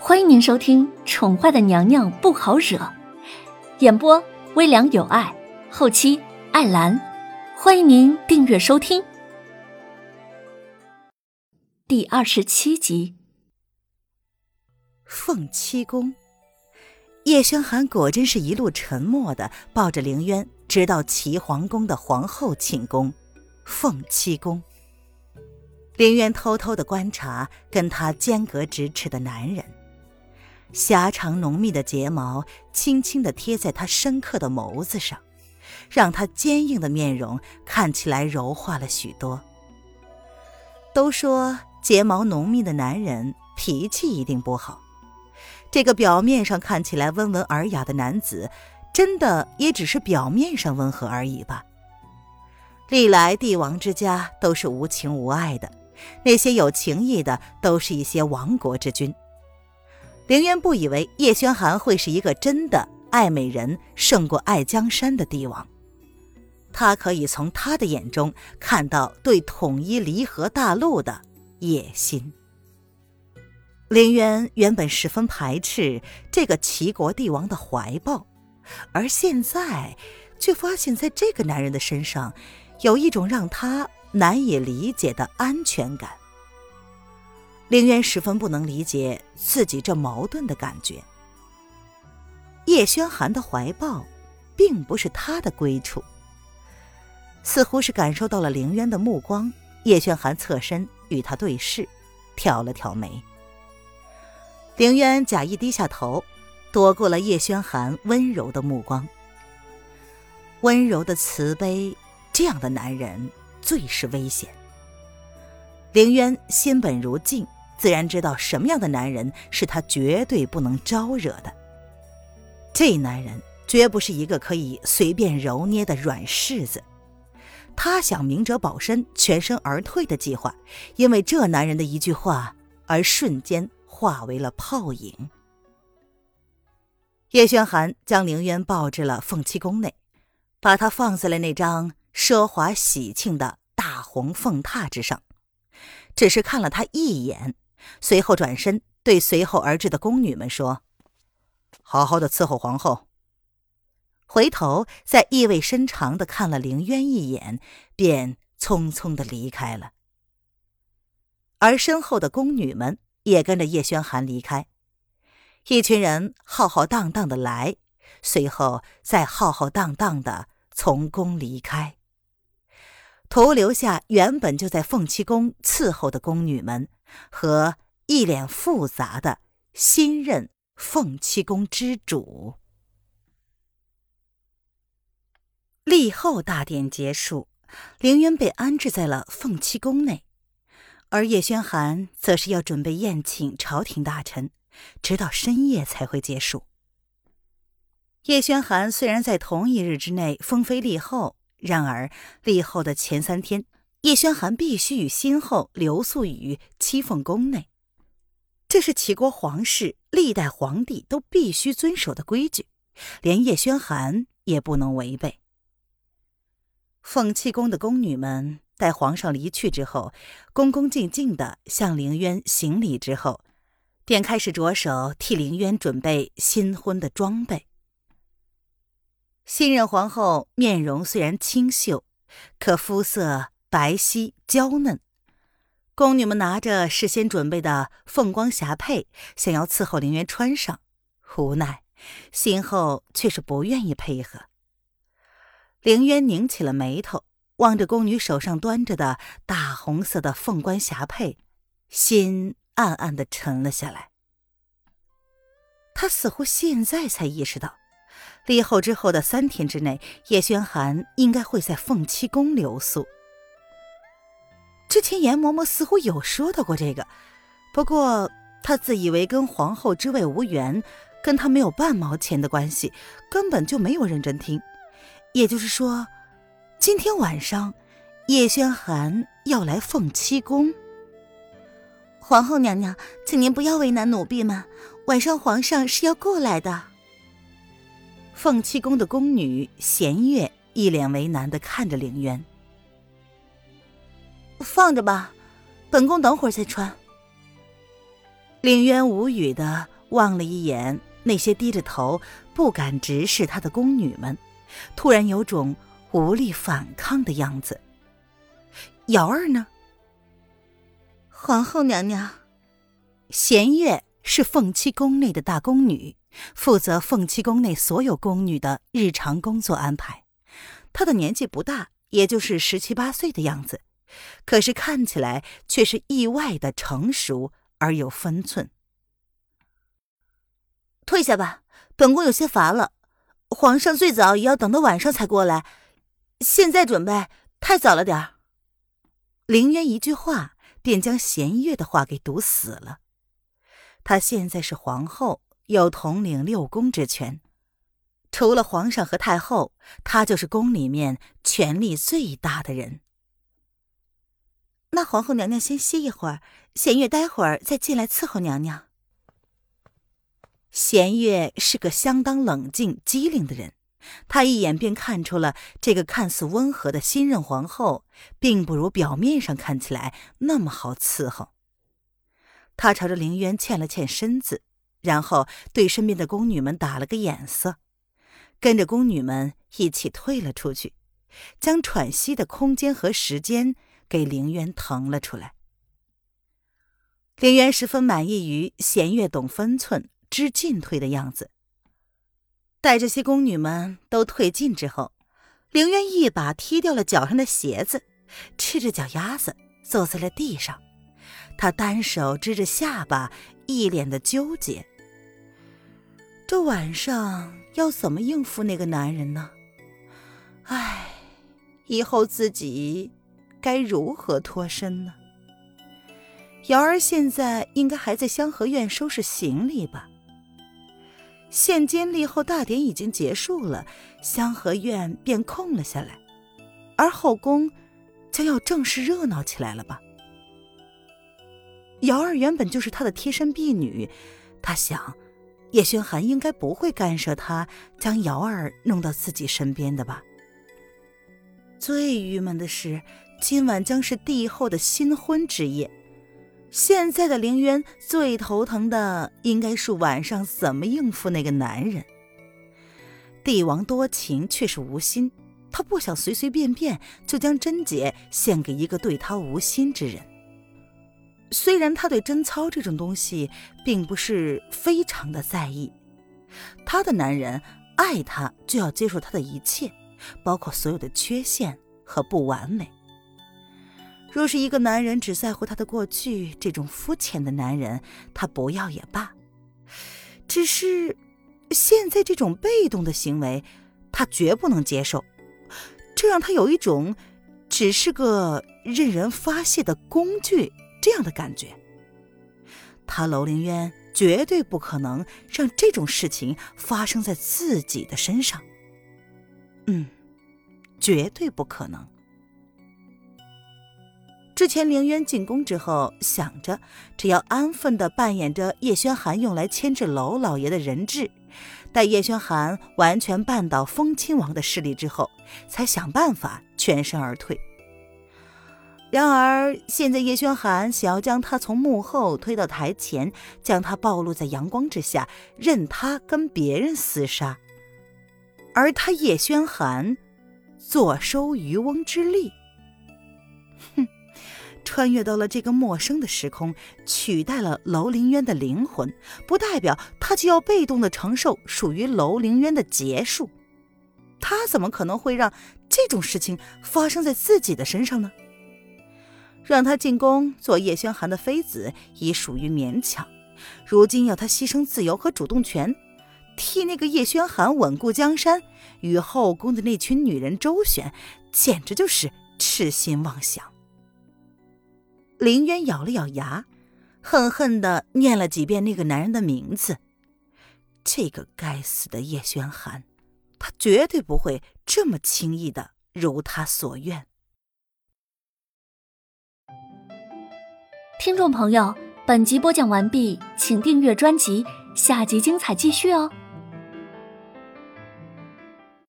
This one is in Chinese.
欢迎您收听《宠坏的娘娘不好惹》，演播微凉有爱，后期艾兰。欢迎您订阅收听。第27集。 凤七宫，叶轩寒果真是一路沉默地抱着凌渊，直到齐皇宫的皇后寝宫凤七宫。凌渊偷偷地观察跟他间隔咫尺的男人，狭长浓密的睫毛轻轻地贴在他深刻的眸子上，让他坚硬的面容看起来柔化了许多。都说睫毛浓密的男人脾气一定不好，这个表面上看起来温文尔雅的男子，真的也只是表面上温和而已吧。历来帝王之家都是无情无爱的，那些有情义的都是一些亡国之君。凌渊不以为叶轩寒会是一个真的爱美人胜过爱江山的帝王，他可以从他的眼中看到对统一离合大陆的野心。凌渊原本十分排斥这个齐国帝王的怀抱，而现在却发现在这个男人的身上有一种让他难以理解的安全感。凌渊十分不能理解自己这矛盾的感觉。叶轩寒的怀抱并不是他的归处。似乎是感受到了凌渊的目光，叶轩寒侧身与他对视，挑了挑眉。凌渊假意低下头，躲过了叶轩寒温柔的目光。温柔的慈悲，这样的男人最是危险。凌渊心本如镜，自然知道什么样的男人是他绝对不能招惹的。这男人绝不是一个可以随便揉捏的软柿子。他想明哲保身、全身而退的计划，因为这男人的一句话而瞬间化为了泡影。叶轩寒将凌渊抱至了凤七宫内，把他放在了那张奢华喜庆的大红凤榻之上，只是看了他一眼，随后转身对随后而至的宫女们说：“好好的伺候皇后。”回头再意味深长地看了凌渊一眼，便匆匆地离开了。而身后的宫女们也跟着叶轩寒离开，一群人浩浩荡荡地来，随后再浩浩荡荡地从宫离开，徒留下原本就在凤七宫伺候的宫女们和一脸复杂的新任凤七宫之主。立后大典结束，凌渊被安置在了凤七宫内，而叶轩寒则是要准备宴请朝廷大臣，直到深夜才会结束。叶轩寒虽然在同一日之内封妃立后，然而立后的前3天，叶轩寒必须与新后留宿于七凤宫内，这是齐国皇室历代皇帝都必须遵守的规矩，连叶轩寒也不能违背。凤七宫的宫女们待皇上离去之后，恭恭敬敬地向凌渊行礼之后，便开始着手替凌渊准备新婚的装备。新任皇后面容虽然清秀，可肤色白皙娇嫩。宫女们拿着事先准备的凤光霞帔，想要伺候凌渊穿上，无奈新后却是不愿意配合。凌渊拧起了眉头，望着宫女手上端着的大红色的凤冠霞帔，心暗暗地沉了下来。他似乎现在才意识到，立后之后的3天之内，叶轩寒应该会在凤七宫留宿。之前严嬷嬷似乎有说到过这个，不过他自以为跟皇后之位无缘，跟他没有半毛钱的关系，根本就没有认真听。也就是说，今天晚上叶轩寒要来凤七宫。皇后娘娘，请您不要为难奴婢们，晚上皇上是要过来的。凤七宫的宫女弦月一脸为难地看着凌渊。放着吧，本宫等会儿再穿。凌渊无语地望了一眼那些低着头不敢直视他的宫女们，突然有种无力反抗的样子。瑶儿呢？ 皇后娘娘。 弦月是凤栖宫内的大宫女，负责凤栖宫内所有宫女的日常工作安排。她的年纪不大，也就是17、18岁的样子，可是看起来却是意外的成熟而有分寸。 退下吧，本宫有些乏了。皇上最早也要等到晚上才过来，现在准备太早了点儿。 凌渊一句话便将弦月的话给堵死了。她现在是皇后，有统领6宫之权，除了皇上和太后，她就是宫里面权力最大的人。 那皇后娘娘先歇一会儿，弦月待会儿再进来伺候娘娘。 弦月是个相当冷静机灵的人，他一眼便看出了这个看似温和的新任皇后并不如表面上看起来那么好伺候。他朝着凌渊欠了欠身子，然后对身边的宫女们打了个眼色，跟着宫女们一起退了出去，将喘息的空间和时间给凌渊腾了出来。凌渊十分满意于弦月懂分寸知进退的样子。待这些宫女们都退尽之后，凌渊一把踢掉了脚上的鞋子，赤着脚丫子坐在了地上。他单手支着下巴，一脸的纠结。这晚上要怎么应付那个男人呢？唉，以后自己该如何脱身呢？瑶儿现在应该还在香河院收拾行李吧。现今立后大典已经结束了，香河院便空了下来，而后宫将要正式热闹起来了吧。瑶儿原本就是他的贴身婢女，他想叶轩寒应该不会干涉他将瑶儿弄到自己身边的吧。最郁闷的是，今晚将是帝后的新婚之夜，现在的凌渊最头疼的应该是晚上怎么应付那个男人。帝王多情却是无心，他不想随随便便就将贞洁献给一个对他无心之人。虽然他对贞操这种东西并不是非常的在意，他的男人爱他就要接受他的一切，包括所有的缺陷和不完美。若是一个男人只在乎他的过去，这种肤浅的男人他不要也罢。只是现在这种被动的行为他绝不能接受，这让他有一种只是个任人发泄的工具这样的感觉。他楼凌渊绝对不可能让这种事情发生在自己的身上，绝对不可能。之前凌渊进宫之后，想着只要安分地扮演着叶轩寒用来牵制楼老爷的人质，待叶轩寒完全绊倒风亲王的势力之后，才想办法全身而退。然而现在叶轩寒想要将他从幕后推到台前，将他暴露在阳光之下，任他跟别人厮杀，而他叶轩寒坐收渔翁之利。穿越到了这个陌生的时空，取代了楼凌渊的灵魂，不代表他就要被动地承受属于楼凌渊的结束。他怎么可能会让这种事情发生在自己的身上呢？让他进宫做叶轩寒的妃子已属于勉强，如今要他牺牲自由和主动权，替那个叶轩寒稳固江山，与后宫的那群女人周旋，简直就是痴心妄想。凌渊咬了咬牙，恨恨地念了几遍那个男人的名字。这个该死的叶轩寒，他绝对不会这么轻易的如他所愿。 听众朋友，本集播讲完毕，请订阅专辑，下集精彩继续哦。